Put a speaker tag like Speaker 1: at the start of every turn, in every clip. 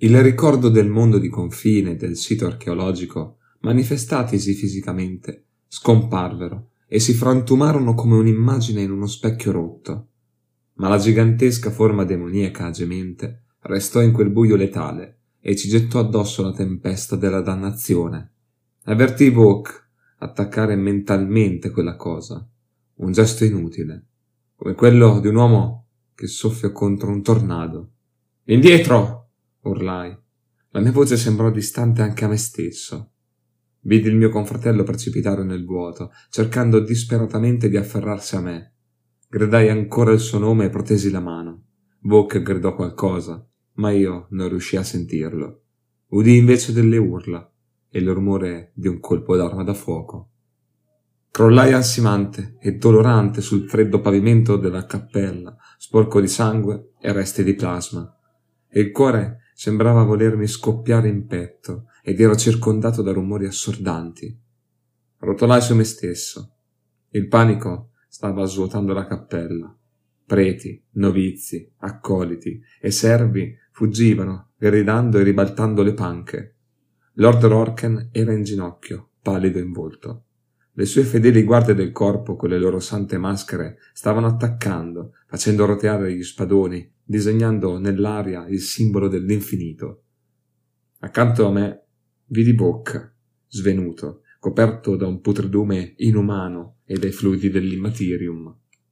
Speaker 1: Il ricordo del mondo di confine e del sito archeologico, manifestatisi fisicamente, scomparvero e si frantumarono come un'immagine in uno specchio rotto. Ma la gigantesca forma demoniaca gemente restò in quel buio letale e ci gettò addosso la tempesta della dannazione. Avvertì Vok attaccare mentalmente quella cosa, un gesto inutile, come quello di un uomo che soffia contro un tornado. «Indietro!» urlai. La mia voce sembrò distante anche a me stesso. Vidi il mio confratello precipitare nel vuoto, cercando disperatamente di afferrarsi a me. Gridai ancora il suo nome e protesi la mano. Vok gridò qualcosa, ma io non riuscii a sentirlo. Udii invece delle urla e il rumore di un colpo d'arma da fuoco. Crollai ansimante e dolorante sul freddo pavimento della cappella, sporco di sangue e resti di plasma. E il cuore sembrava volermi scoppiare in petto ed ero circondato da rumori assordanti. Rotolai su me stesso. Il panico stava svuotando la cappella. Preti, novizi, accoliti e servi fuggivano, gridando e ribaltando le panche. Lord Rorken era in ginocchio, pallido in volto. Le sue fedeli guardie del corpo, con le loro sante maschere, stavano attaccando, facendo roteare gli spadoni, disegnando nell'aria il simbolo dell'infinito. Accanto a me vidi Vok, svenuto, coperto da un putridume inumano e dai fluidi dell'immaterium.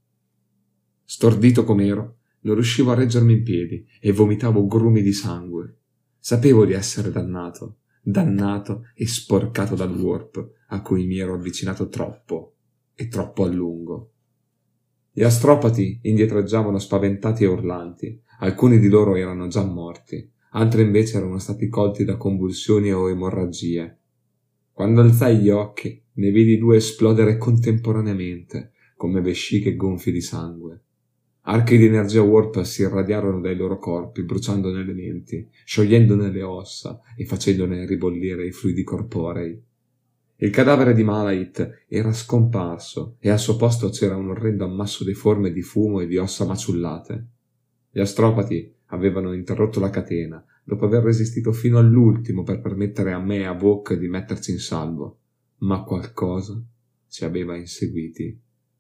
Speaker 1: Stordito com'ero, non riuscivo a reggermi in piedi e vomitavo grumi di sangue. Sapevo di essere dannato e sporcato dal warp a cui mi ero avvicinato troppo e troppo a lungo. Gli astropati indietreggiavano spaventati e urlanti. Alcuni di loro erano già morti, altri invece erano stati colti da convulsioni o emorragie. Quando alzai gli occhi, ne vidi 2 esplodere contemporaneamente, come vesciche gonfie di sangue. Archi di energia warp si irradiarono dai loro corpi, bruciando nelle menti, sciogliendone le ossa e facendone ribollire i fluidi corporei. Il cadavere di Malait era scomparso e al suo posto c'era un orrendo ammasso di forme di fumo e di ossa maciullate. Gli astropati avevano interrotto la catena, dopo aver resistito fino all'ultimo per permettere a me e a Vok di metterci in salvo, ma qualcosa ci aveva inseguiti.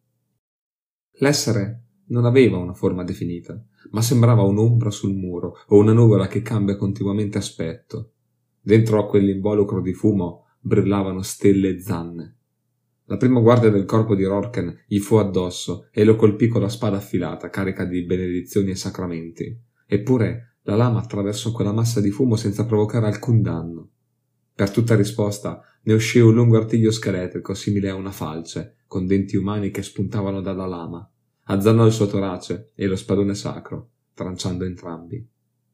Speaker 1: L'essere non aveva una forma definita, ma sembrava un'ombra sul muro o una nuvola che cambia continuamente aspetto. Dentro a quell'involucro di fumo brillavano stelle e zanne. La prima guardia del corpo di Rorken gli fu addosso e lo colpì con la spada affilata, carica di benedizioni e sacramenti. Eppure la lama attraversò quella massa di fumo senza provocare alcun danno. Per tutta risposta ne uscì un lungo artiglio scheletrico simile a una falce, con denti umani che spuntavano dalla lama. Azzannò il suo torace e lo spadone sacro, tranciando entrambi.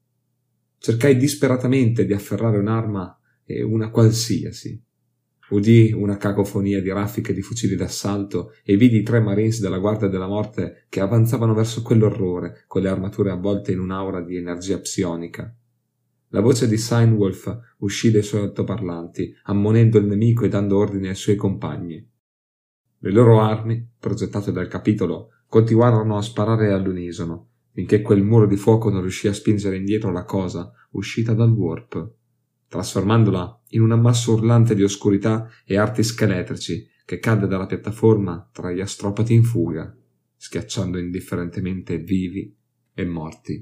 Speaker 1: Cercai disperatamente di afferrare un'arma e una qualsiasi. Udii una cacofonia di raffiche di fucili d'assalto e vidi 3 marines della Guardia della Morte che avanzavano verso quell'orrore, con le armature avvolte in un'aura di energia psionica. La voce di Steinwolf uscì dai suoi altoparlanti, ammonendo il nemico e dando ordini ai suoi compagni. Le loro armi, progettate dal capitolo, continuarono a sparare all'unisono, finché quel muro di fuoco non riuscì a spingere indietro la cosa uscita dal warp, trasformandola in un ammasso urlante di oscurità e arti scheletrici che cadde dalla piattaforma tra gli astropati in fuga, schiacciando indifferentemente vivi e morti.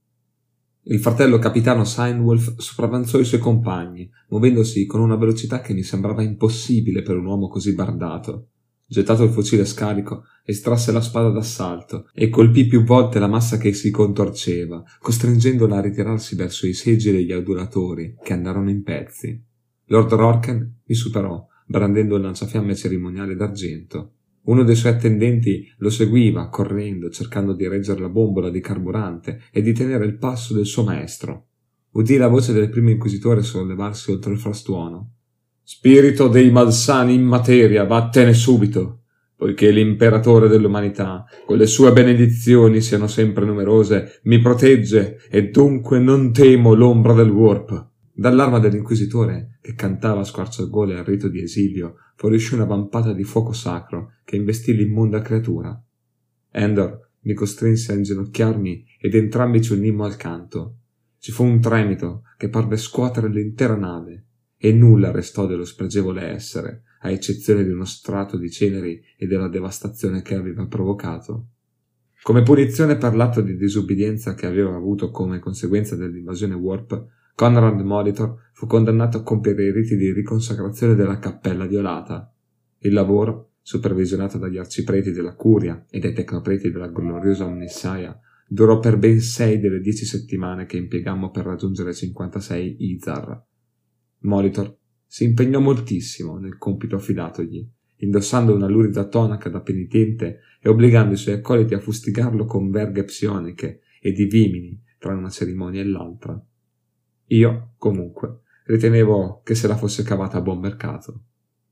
Speaker 1: Il fratello capitano Steinwolf sopravanzò i suoi compagni, muovendosi con una velocità che mi sembrava impossibile per un uomo così bardato. Gettato il fucile scarico, estrasse la spada d'assalto e colpì più volte la massa che si contorceva, costringendola a ritirarsi verso i seggi degli adulatori, che andarono in pezzi. Lord Rorken mi superò, brandendo il lanciafiamme cerimoniale d'argento. Uno dei suoi attendenti lo seguiva, correndo, cercando di reggere la bombola di carburante e di tenere il passo del suo maestro. Udì la voce del primo inquisitore sollevarsi oltre il frastuono. «Spirito dei malsani in materia, vattene subito, poiché l'imperatore dell'umanità, con le sue benedizioni siano sempre numerose, mi protegge e dunque non temo l'ombra del warp». Dall'arma dell'inquisitore, che cantava a squarciagole al rito di esilio, fuoriuscì una vampata di fuoco sacro che investì l'immonda creatura. Endor mi costrinse a inginocchiarmi ed entrambi ci unimmo al canto. Ci fu un tremito che parve scuotere l'intera nave, e nulla restò dello spregevole essere, a eccezione di uno strato di ceneri e della devastazione che aveva provocato. Come punizione per l'atto di disubbidienza che aveva avuto come conseguenza dell'invasione Warp, Conrad Molitor fu condannato a compiere i riti di riconsacrazione della cappella violata. Il lavoro, supervisionato dagli arcipreti della Curia e dai tecnopreti della gloriosa Omnissaia, durò per ben 6 delle 10 settimane che impiegammo per raggiungere 56 Izar. Molitor si impegnò moltissimo nel compito affidatogli, indossando una lurida tonaca da penitente e obbligando i suoi accoliti a fustigarlo con verghe psioniche e di vimini tra una cerimonia e l'altra. Io, comunque, ritenevo che se la fosse cavata a buon mercato.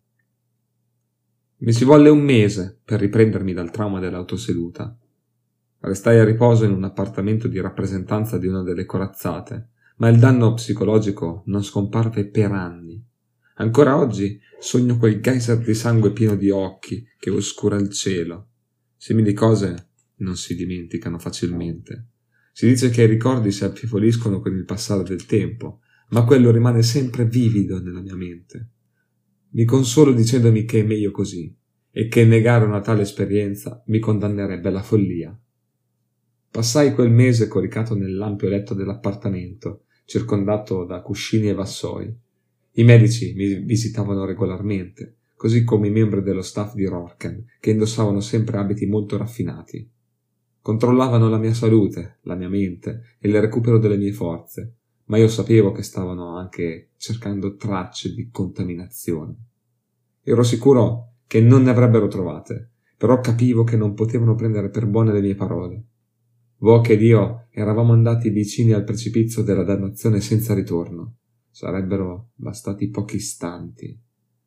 Speaker 1: Mi ci volle un mese per riprendermi dal trauma dell'autoseduta. Restai a riposo in un appartamento di rappresentanza di una delle corazzate, ma il danno psicologico non scomparve per anni. Ancora oggi sogno quel geyser di sangue pieno di occhi che oscura il cielo. Simili cose non si dimenticano facilmente. Si dice che i ricordi si affievoliscono con il passare del tempo, ma quello rimane sempre vivido nella mia mente. Mi consolo dicendomi che è meglio così e che negare una tale esperienza mi condannerebbe alla follia. Passai quel mese coricato nell'ampio letto dell'appartamento, circondato da cuscini e vassoi. I medici mi visitavano regolarmente, così come i membri dello staff di Rorken, che indossavano sempre abiti molto raffinati. Controllavano la mia salute, la mia mente e il recupero delle mie forze, ma io sapevo che stavano anche cercando tracce di contaminazione. Ero sicuro che non ne avrebbero trovate, però capivo che non potevano prendere per buone le mie parole. Vok ed io eravamo andati vicini al precipizio della dannazione senza ritorno. Sarebbero bastati pochi istanti.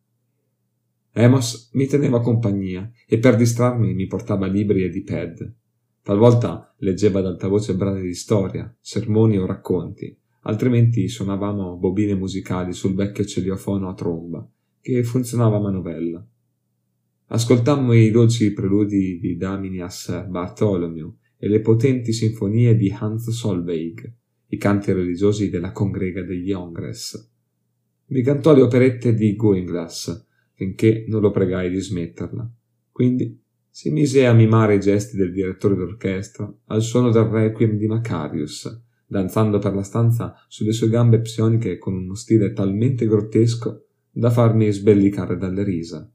Speaker 1: Amos mi teneva compagnia e per distrarmi mi portava libri e diped. Talvolta leggeva ad alta voce brani di storia, sermoni o racconti, altrimenti suonavamo bobine musicali sul vecchio celiofono a tromba, che funzionava a manovella. Ascoltammo i dolci preludi di Daminias Bartholomew e le potenti sinfonie di Hans Solveig, i canti religiosi della congrega degli Ongres. Mi cantò le operette di Guinglas, finché non lo pregai di smetterla. Quindi si mise a mimare i gesti del direttore d'orchestra al suono del requiem di Macarius, danzando per la stanza sulle sue gambe psioniche con uno stile talmente grottesco da farmi sbellicare dalle risa.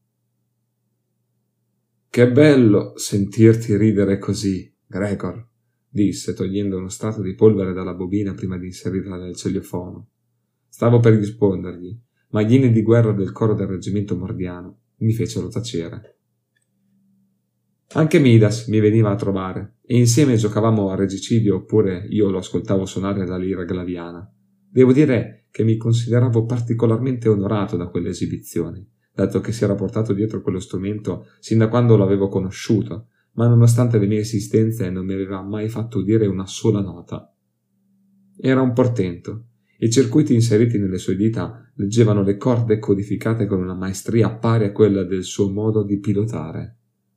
Speaker 1: «Che bello sentirti ridere così, Gregor», disse, togliendo uno strato di polvere dalla bobina prima di inserirla nel celiofono. Stavo per rispondergli, ma gli inni di guerra del coro del reggimento mordiano mi fecero tacere. Anche Midas mi veniva a trovare, e insieme giocavamo a regicidio oppure io lo ascoltavo suonare la lira glaviana. Devo dire che mi consideravo particolarmente onorato da quelle esibizioni, dato che si era portato dietro quello strumento sin da quando l'avevo conosciuto, ma nonostante le mie esistenze non mi aveva mai fatto udire una sola nota. Era un portento. I circuiti inseriti nelle sue dita leggevano le corde codificate con una maestria pari a quella del suo modo di pilotare.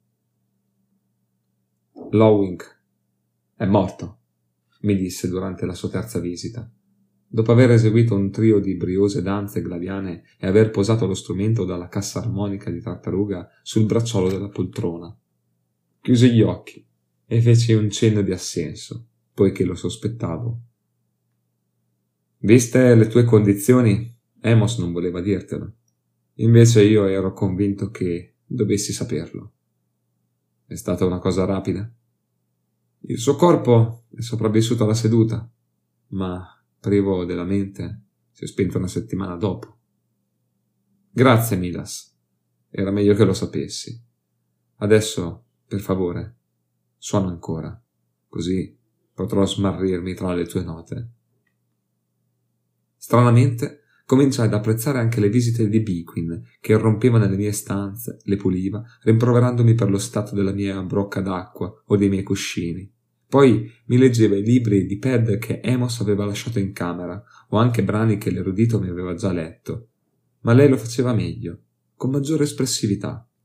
Speaker 1: «Lowing è morto», mi disse durante la sua terza visita, dopo aver eseguito un trio di briose danze glaviane e aver posato lo strumento dalla cassa armonica di tartaruga sul bracciolo della poltrona. Chiusi gli occhi e feci un cenno di assenso, poiché lo sospettavo. «Viste le tue condizioni, Amos non voleva dirtelo. Invece io ero convinto che dovessi saperlo. È stata una cosa rapida. Il suo corpo è sopravvissuto alla seduta, ma privo della mente si è spento una settimana dopo. Grazie, Midas. Era meglio che lo sapessi. Adesso, per favore, suona ancora, così potrò smarrirmi tra le tue note». Stranamente, cominciai ad apprezzare anche le visite di Bequin, che irrompeva nelle mie stanze, le puliva, rimproverandomi per lo stato della mia brocca d'acqua o dei miei cuscini. Poi mi leggeva i libri di Ped che Amos aveva lasciato in camera, o anche brani che l'erudito mi aveva già letto. Ma lei lo faceva meglio, con maggiore espressività.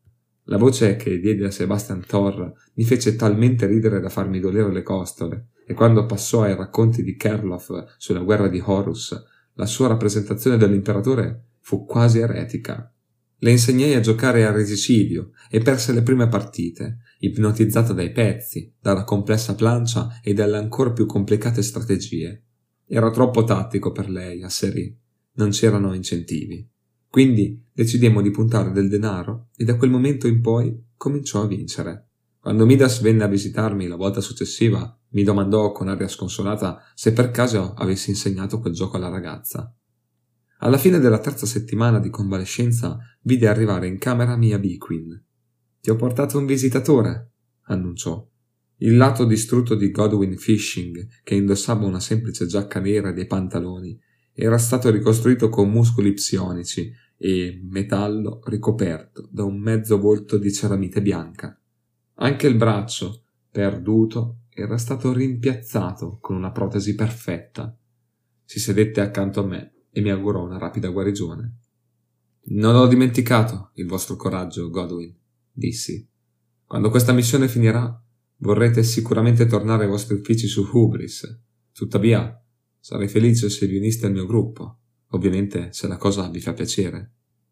Speaker 1: La voce che diedi a Sebastian Thor mi fece talmente ridere da farmi dolere le costole, e quando passò ai racconti di Kerloff sulla guerra di Horus, la sua rappresentazione dell'imperatore fu quasi eretica. Le insegnai a giocare a Regicidio e perse le prime partite, ipnotizzata dai pezzi, dalla complessa plancia e dalle ancora più complicate strategie. Era troppo tattico per lei, asserì. Non c'erano incentivi. Quindi decidemmo di puntare del denaro e da quel momento in poi cominciò a vincere. Quando Midas venne a visitarmi la volta successiva, mi domandò con aria sconsolata se per caso avessi insegnato quel gioco alla ragazza. Alla fine della terza settimana di convalescenza vide arrivare in camera mia Bequin. «Ti ho portato un visitatore», annunciò. Il lato distrutto di Godwin Fishing, che indossava una semplice giacca nera e dei pantaloni, era stato ricostruito con muscoli psionici e metallo ricoperto da un mezzo volto di ceramite bianca. Anche il braccio, perduto, era stato rimpiazzato con una protesi perfetta. Si sedette accanto a me e mi augurò una rapida guarigione. «Non ho dimenticato il vostro coraggio, Godwin», dissi. «Quando questa missione finirà, vorrete sicuramente tornare ai vostri uffici su Hubris. Tuttavia, sarei felice se vi uniste al mio gruppo, ovviamente se la cosa vi fa piacere».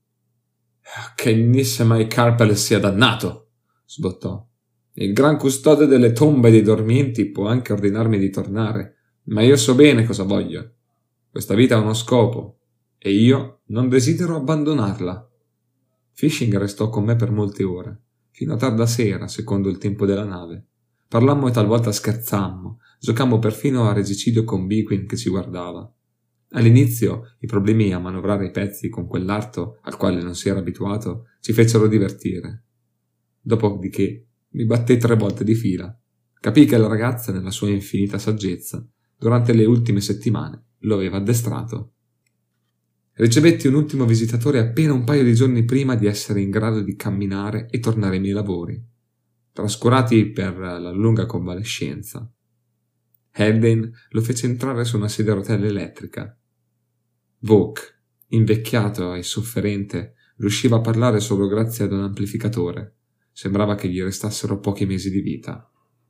Speaker 1: «Che Nissemai Carpel sia dannato!» sbottò. «Il gran custode delle tombe dei dormienti può anche ordinarmi di tornare, ma io so bene cosa voglio. Questa vita ha uno scopo, e io non desidero abbandonarla». Fishing restò con me per molte ore, fino a tarda sera, secondo il tempo della nave. Parlammo e talvolta scherzammo, giocammo perfino a Regicidio con Bequin che ci guardava. All'inizio i problemi a manovrare i pezzi con quell'arto al quale non si era abituato ci fecero divertire. Dopodiché mi battei 3 volte di fila. Capii che la ragazza, nella sua infinita saggezza, durante le ultime settimane lo aveva addestrato. Ricevetti un ultimo visitatore appena un paio di giorni prima di essere in grado di camminare e tornare ai miei lavori, trascurati per la lunga convalescenza. Haldane lo fece entrare su una sedia a rotelle elettrica. Vok, invecchiato e sofferente, riusciva a parlare solo grazie ad un amplificatore. Sembrava che gli restassero pochi mesi di vita.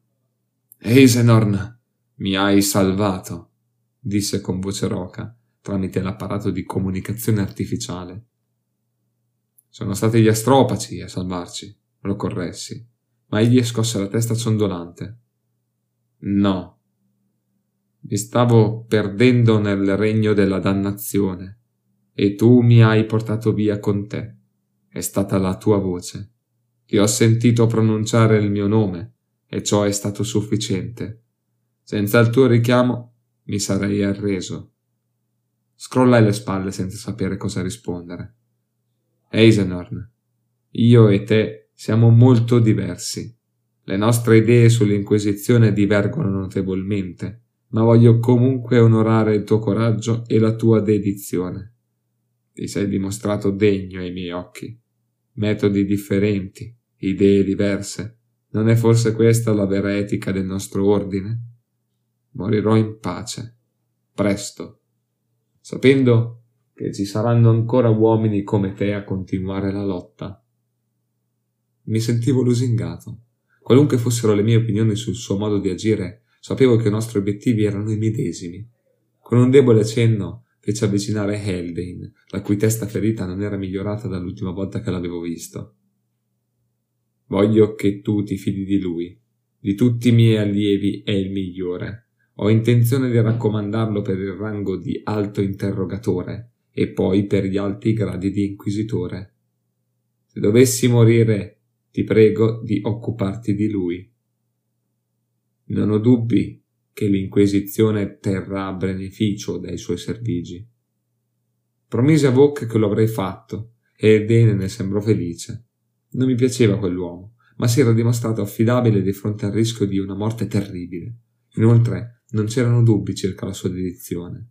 Speaker 1: «Eisenorn, mi hai salvato», disse con voce roca, tramite l'apparato di comunicazione artificiale. «Sono stati gli astropaci a salvarci», lo corressi, ma egli scosse la testa ciondolante. «No. Mi stavo perdendo nel regno della dannazione, e tu mi hai portato via con te. È stata la tua voce. Ti ho sentito pronunciare il mio nome, e ciò è stato sufficiente. Senza il tuo richiamo mi sarei arreso». Scrollai le spalle senza sapere cosa rispondere. «Eisenorn, io e te siamo molto diversi. Le nostre idee sull'Inquisizione divergono notevolmente, ma voglio comunque onorare il tuo coraggio e la tua dedizione. Ti sei dimostrato degno ai miei occhi. Metodi differenti, idee diverse. Non è forse questa la vera etica del nostro ordine? Morirò in pace, presto, sapendo che ci saranno ancora uomini come te a continuare la lotta». Mi sentivo lusingato. Qualunque fossero le mie opinioni sul suo modo di agire, sapevo che i nostri obiettivi erano i medesimi. Con un debole cenno fece avvicinare Haldane, la cui testa ferita non era migliorata dall'ultima volta che l'avevo visto. «Voglio che tu ti fidi di lui. Di tutti i miei allievi è il migliore. Ho intenzione di raccomandarlo per il rango di alto interrogatore e poi per gli alti gradi di inquisitore. Se dovessi morire, ti prego di occuparti di lui. Non ho dubbi che l'Inquisizione terrà beneficio dai suoi servigi». Promisi a Vok che lo avrei fatto, e Haldane ne sembrò felice. Non mi piaceva quell'uomo, ma si era dimostrato affidabile di fronte al rischio di una morte terribile. Inoltre, non c'erano dubbi circa la sua dedizione.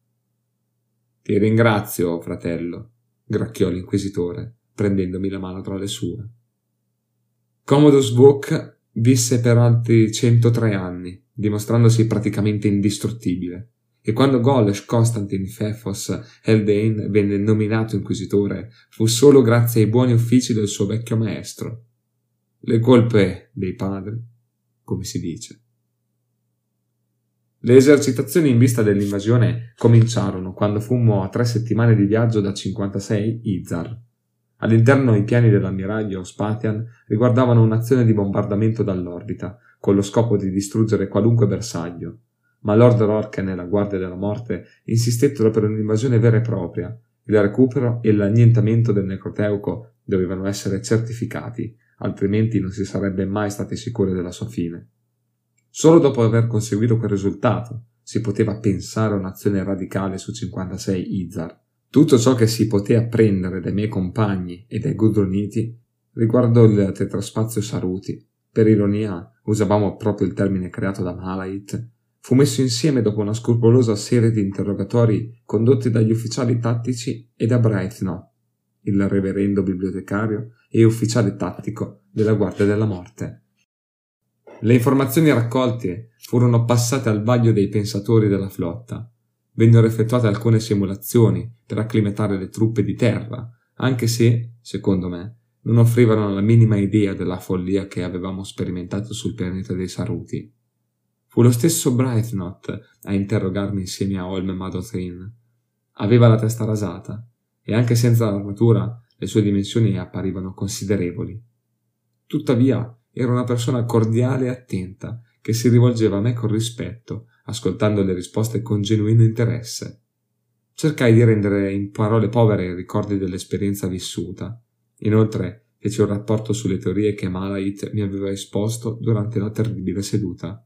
Speaker 1: «Ti ringrazio, fratello», gracchiò l'inquisitore, prendendomi la mano tra le sue. Commodus Vok visse per altri 103 anni, dimostrandosi praticamente indistruttibile. e quando Golesh Constantin Pfeffos Haldane venne nominato inquisitore fu solo grazie ai buoni uffici del suo vecchio maestro. Le colpe dei padri, come si dice. Le esercitazioni in vista dell'invasione cominciarono quando fummo a 3 settimane di viaggio da 56 Izar. All'interno i piani dell'ammiraglio Spatian riguardavano un'azione di bombardamento dall'orbita, con lo scopo di distruggere qualunque bersaglio, ma Lord Rorken e la Guardia della Morte insistettero per un'invasione vera e propria. Il recupero e l'annientamento del Necroteuco dovevano essere certificati, altrimenti non si sarebbe mai stati sicuri della sua fine. Solo dopo aver conseguito quel risultato si poteva pensare a un'azione radicale su 56 Izar. Tutto ciò che si poté apprendere dai miei compagni e dai Gudroniti riguardo il tetraspazio Saruti, per ironia usavamo proprio il termine creato da Malahit, fu messo insieme dopo una scrupolosa serie di interrogatori condotti dagli ufficiali tattici e da Brythnoth, il reverendo bibliotecario e ufficiale tattico della Guardia della Morte. Le informazioni raccolte furono passate al vaglio dei pensatori della flotta. Vennero effettuate alcune simulazioni per acclimatare le truppe di terra, anche se, secondo me, non offrivano la minima idea della follia che avevamo sperimentato sul pianeta dei Saruti. Fu lo stesso Brythnoth a interrogarmi insieme a Olm Madothin. Aveva la testa rasata, e anche senza l'armatura le sue dimensioni apparivano considerevoli. Tuttavia, era una persona cordiale e attenta, che si rivolgeva a me con rispetto, ascoltando le risposte con genuino interesse. Cercai di rendere in parole povere i ricordi dell'esperienza vissuta. Inoltre, feci un rapporto sulle teorie che Malahit mi aveva esposto durante la terribile seduta.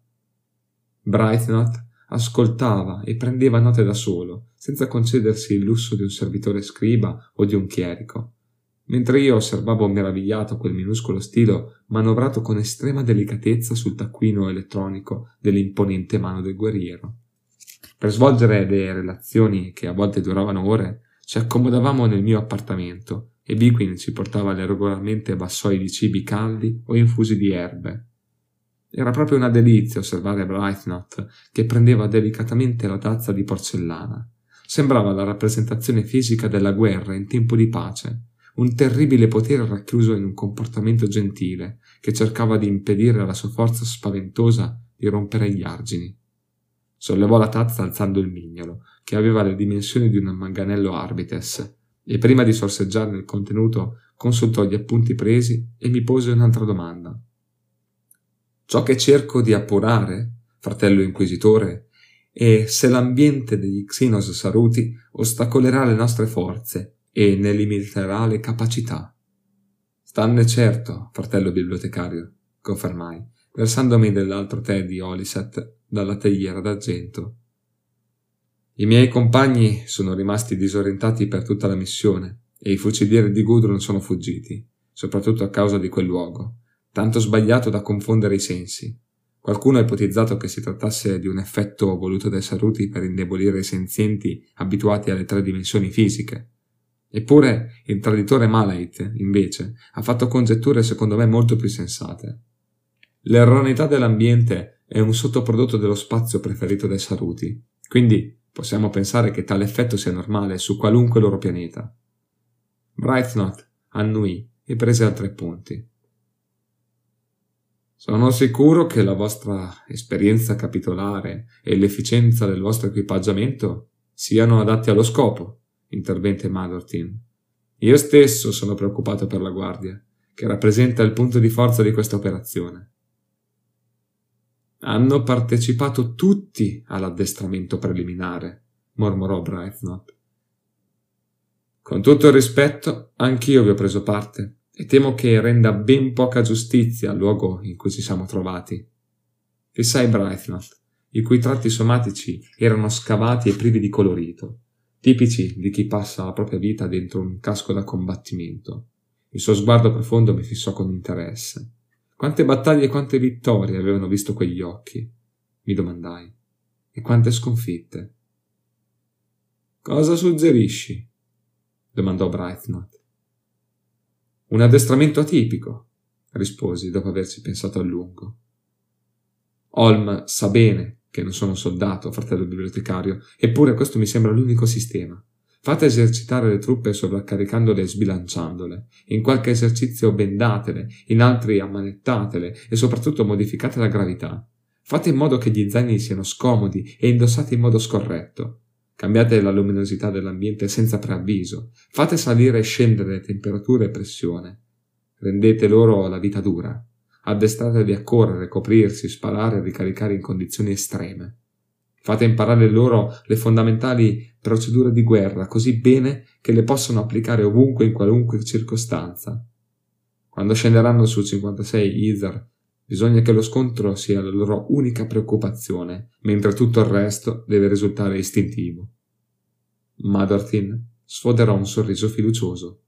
Speaker 1: Brythnoth ascoltava e prendeva note da solo, senza concedersi il lusso di un servitore scriba o di un chierico, mentre io osservavo meravigliato quel minuscolo stilo manovrato con estrema delicatezza sul taccuino elettronico dell'imponente mano del guerriero. Per svolgere le relazioni, che a volte duravano ore, ci accomodavamo nel mio appartamento e Biguin ci portava regolarmente vassoi di cibi caldi o infusi di erbe. Era proprio una delizia osservare Brythnoth che prendeva delicatamente la tazza di porcellana. Sembrava la rappresentazione fisica della guerra in tempo di pace, un terribile potere racchiuso in un comportamento gentile che cercava di impedire alla sua forza spaventosa di rompere gli argini. Sollevò la tazza alzando il mignolo, che aveva le dimensioni di un manganello Arbites, e prima di sorseggiarne il contenuto consultò gli appunti presi e mi pose un'altra domanda. Ciò che cerco di appurare, fratello inquisitore, è se l'ambiente degli Xynos Saruti ostacolerà le nostre forze e ne limiterà le capacità. Stanne certo, fratello bibliotecario, confermai, versandomi dell'altro tè di Oliset dalla teiera d'argento. I miei compagni sono rimasti disorientati per tutta la missione e i fucilieri di Gudrun sono fuggiti, soprattutto a causa di quel luogo, tanto sbagliato da confondere i sensi. Qualcuno ha ipotizzato che si trattasse di un effetto voluto dai Saruti per indebolire i senzienti abituati alle 3 dimensioni fisiche. Eppure il traditore Malahit, invece, ha fatto congetture secondo me molto più sensate. L'erroneità dell'ambiente è un sottoprodotto dello spazio preferito dai Saruti, quindi possiamo pensare che tale effetto sia normale su qualunque loro pianeta. Brythnoth annuì e prese altri punti. Sono sicuro che la vostra esperienza capitolare e l'efficienza del vostro equipaggiamento siano adatti allo scopo, intervenne Madortin. Io stesso sono preoccupato per la guardia, che rappresenta il punto di forza di questa operazione. Hanno partecipato tutti all'addestramento preliminare, mormorò Brythnoth. Con tutto il rispetto, anch'io vi ho preso parte, e temo che renda ben poca giustizia al luogo in cui ci siamo trovati. Fissai Brythnoth, i cui tratti somatici erano scavati e privi di colorito, tipici di chi passa la propria vita dentro un casco da combattimento. Il suo sguardo profondo mi fissò con interesse. Quante battaglie e quante vittorie avevano visto quegli occhi? Mi domandai. E quante sconfitte? Cosa suggerisci? Domandò Brythnoth. Un addestramento atipico, risposi dopo averci pensato a lungo. Olm sa bene che non sono soldato, fratello bibliotecario, eppure questo mi sembra l'unico sistema. Fate esercitare le truppe sovraccaricandole e sbilanciandole. In qualche esercizio bendatele, in altri ammanettatele e soprattutto modificate la gravità. Fate in modo che gli zaini siano scomodi e indossati in modo scorretto. Cambiate la luminosità dell'ambiente senza preavviso. Fate salire e scendere le temperature e pressione. Rendete loro la vita dura. Addestratevi a correre, coprirsi, sparare e ricaricare in condizioni estreme. Fate imparare loro le fondamentali procedure di guerra così bene che le possono applicare ovunque in qualunque circostanza. Quando scenderanno su 56 Izar, bisogna che lo scontro sia la loro unica preoccupazione, mentre tutto il resto deve risultare istintivo. Madortin sfoderò un sorriso fiducioso.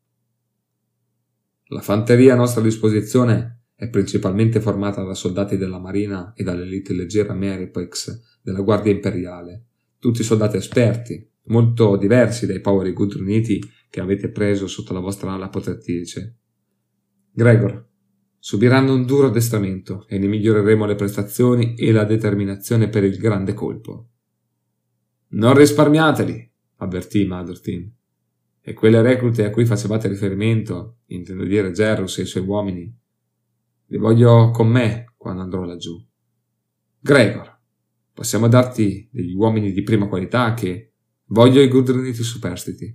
Speaker 1: La fanteria a nostra disposizione è principalmente formata da soldati della marina e dall'elite leggera Meripex della Guardia Imperiale, tutti soldati esperti, molto diversi dai poveri gudruniti che avete preso sotto la vostra ala protettrice. Gregor, subiranno un duro addestramento e ne miglioreremo le prestazioni e la determinazione per il grande colpo. Non risparmiateli, avvertì Madortin. E quelle reclute a cui facevate riferimento, intendo dire Gerus e i suoi uomini, li voglio con me quando andrò laggiù. Gregor, possiamo darti degli uomini di prima qualità che voglio i gudruniti superstiti.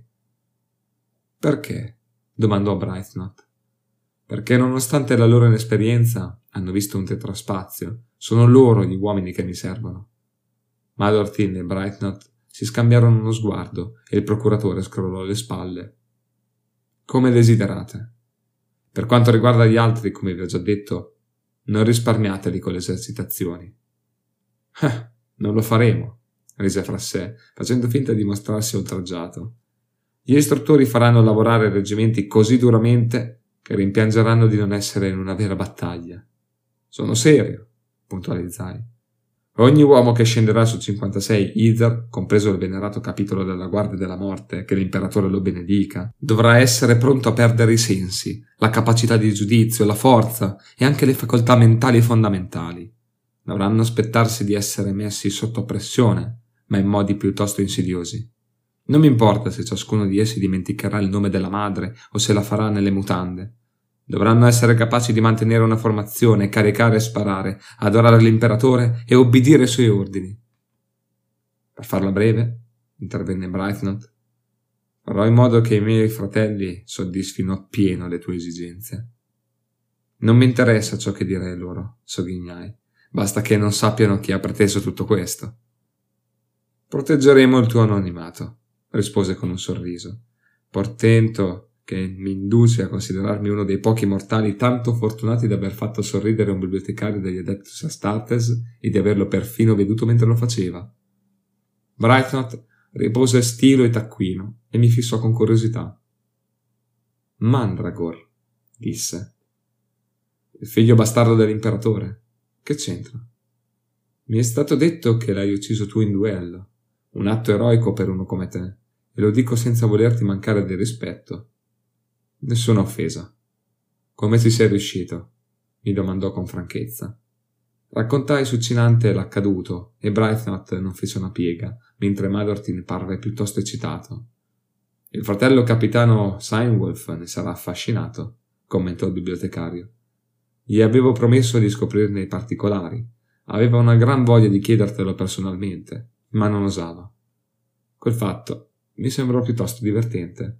Speaker 1: Perché? Domandò Brightnut. Perché nonostante la loro inesperienza hanno visto un tetraspazio, sono loro gli uomini che mi servono. Madortin e Brightnut si scambiarono uno sguardo e il procuratore scrollò le spalle. Come desiderate. Per quanto riguarda gli altri, come vi ho già detto, non risparmiateli con le esercitazioni. Non lo faremo, rise fra sé, facendo finta di mostrarsi oltraggiato. Gli istruttori faranno lavorare i reggimenti così duramente che rimpiangeranno di non essere in una vera battaglia. Sono serio, puntualizzai. Ogni uomo che scenderà su 56 Izar, compreso il venerato capitolo della Guardia della Morte, che l'imperatore lo benedica, dovrà essere pronto a perdere i sensi, la capacità di giudizio, la forza e anche le facoltà mentali fondamentali. Dovranno aspettarsi di essere messi sotto pressione, ma in modi piuttosto insidiosi. Non mi importa se ciascuno di essi dimenticherà il nome della madre o se la farà nelle mutande. Dovranno essere capaci di mantenere una formazione, caricare e sparare, adorare l'imperatore e obbedire ai suoi ordini. Per farla breve, intervenne Brightnut, farò in modo che i miei fratelli soddisfino appieno le tue esigenze. Non mi interessa ciò che direi loro, sogghignai, basta che non sappiano chi ha preteso tutto questo. Proteggeremo il tuo anonimato, rispose con un sorriso, portento che mi induce a considerarmi uno dei pochi mortali tanto fortunati di aver fatto sorridere un bibliotecario degli Adeptus Astartes e di averlo perfino veduto mentre lo faceva. Brightnut ripose stilo e taccuino e mi fissò con curiosità. Mandragor, disse. Il figlio bastardo dell'imperatore. Che c'entra? Mi è stato detto che l'hai ucciso tu in duello, un atto eroico per uno come te, e lo dico senza volerti mancare di rispetto. Nessuna offesa. Come ci sei riuscito? Mi domandò con franchezza. Raccontai succinante l'accaduto e Brightnut non fece una piega, mentre Madortin parve piuttosto eccitato. Il fratello capitano Seinwolf ne sarà affascinato, commentò il bibliotecario. Gli avevo promesso di scoprirne i particolari. Aveva una gran voglia di chiedertelo personalmente, ma non osava. Quel fatto mi sembrò piuttosto divertente.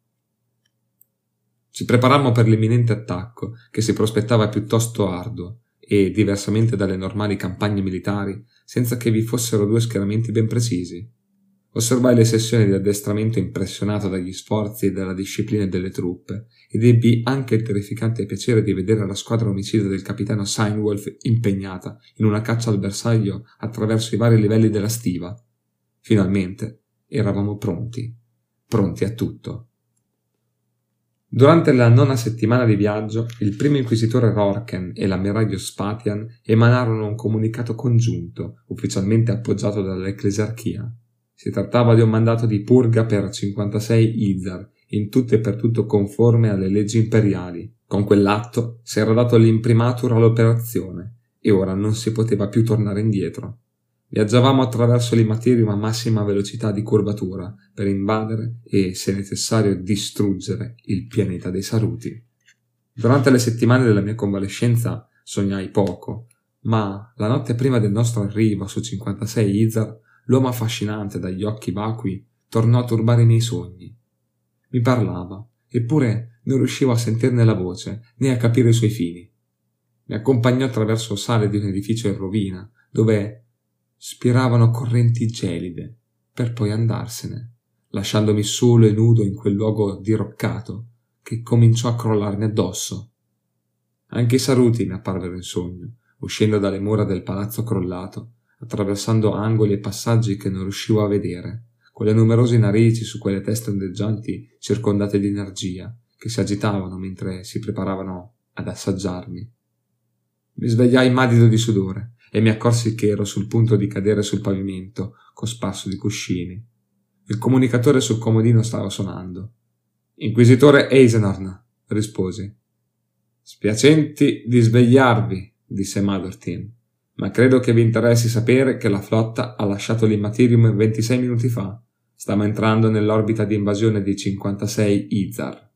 Speaker 1: Ci preparammo per l'imminente attacco, che si prospettava piuttosto arduo, e, diversamente dalle normali campagne militari, senza che vi fossero due schieramenti ben precisi. Osservai le sessioni di addestramento impressionato dagli sforzi e dalla disciplina delle truppe, ed ebbi anche il terrificante piacere di vedere la squadra omicida del capitano Seinwolf impegnata in una caccia al bersaglio attraverso i vari livelli della stiva. Finalmente eravamo pronti a tutto. Durante la 9ª settimana di viaggio, il primo inquisitore Rorken e l'ammiraglio Spatian emanarono un comunicato congiunto, ufficialmente appoggiato dall'ecclesiarchia. Si trattava di un mandato di purga per 56 Izar, in tutto e per tutto conforme alle leggi imperiali. Con quell'atto si era dato l'imprimatur all'operazione, e ora non si poteva più tornare indietro. Viaggiavamo attraverso l'immaterium a massima velocità di curvatura per invadere e, se necessario, distruggere il pianeta dei Saruti. Durante le settimane della mia convalescenza sognai poco, ma la notte prima del nostro arrivo su 56 Izar, l'uomo affascinante dagli occhi vacui tornò a turbare i miei sogni. Mi parlava, eppure non riuscivo a sentirne la voce né a capire i suoi fini. Mi accompagnò attraverso sale di un edificio in rovina, dove spiravano correnti gelide, per poi andarsene, lasciandomi solo e nudo in quel luogo diroccato che cominciò a crollarmi addosso. Anche i Saruti mi apparvero in sogno, uscendo dalle mura del palazzo crollato, attraversando angoli e passaggi che non riuscivo a vedere, con le numerose narici su quelle teste ondeggianti circondate di energia, che si agitavano mentre si preparavano ad assaggiarmi. Mi svegliai madido di sudore e mi accorsi che ero sul punto di cadere sul pavimento, cosparso di cuscini. Il comunicatore sul comodino stava suonando. «Inquisitore Eisenhorn», risposi. «Spiacenti di svegliarvi», disse Madortin, «ma credo che vi interessi sapere che la flotta ha lasciato l'Immaterium 26 minuti fa. Stiamo entrando nell'orbita di invasione di 56 Izar».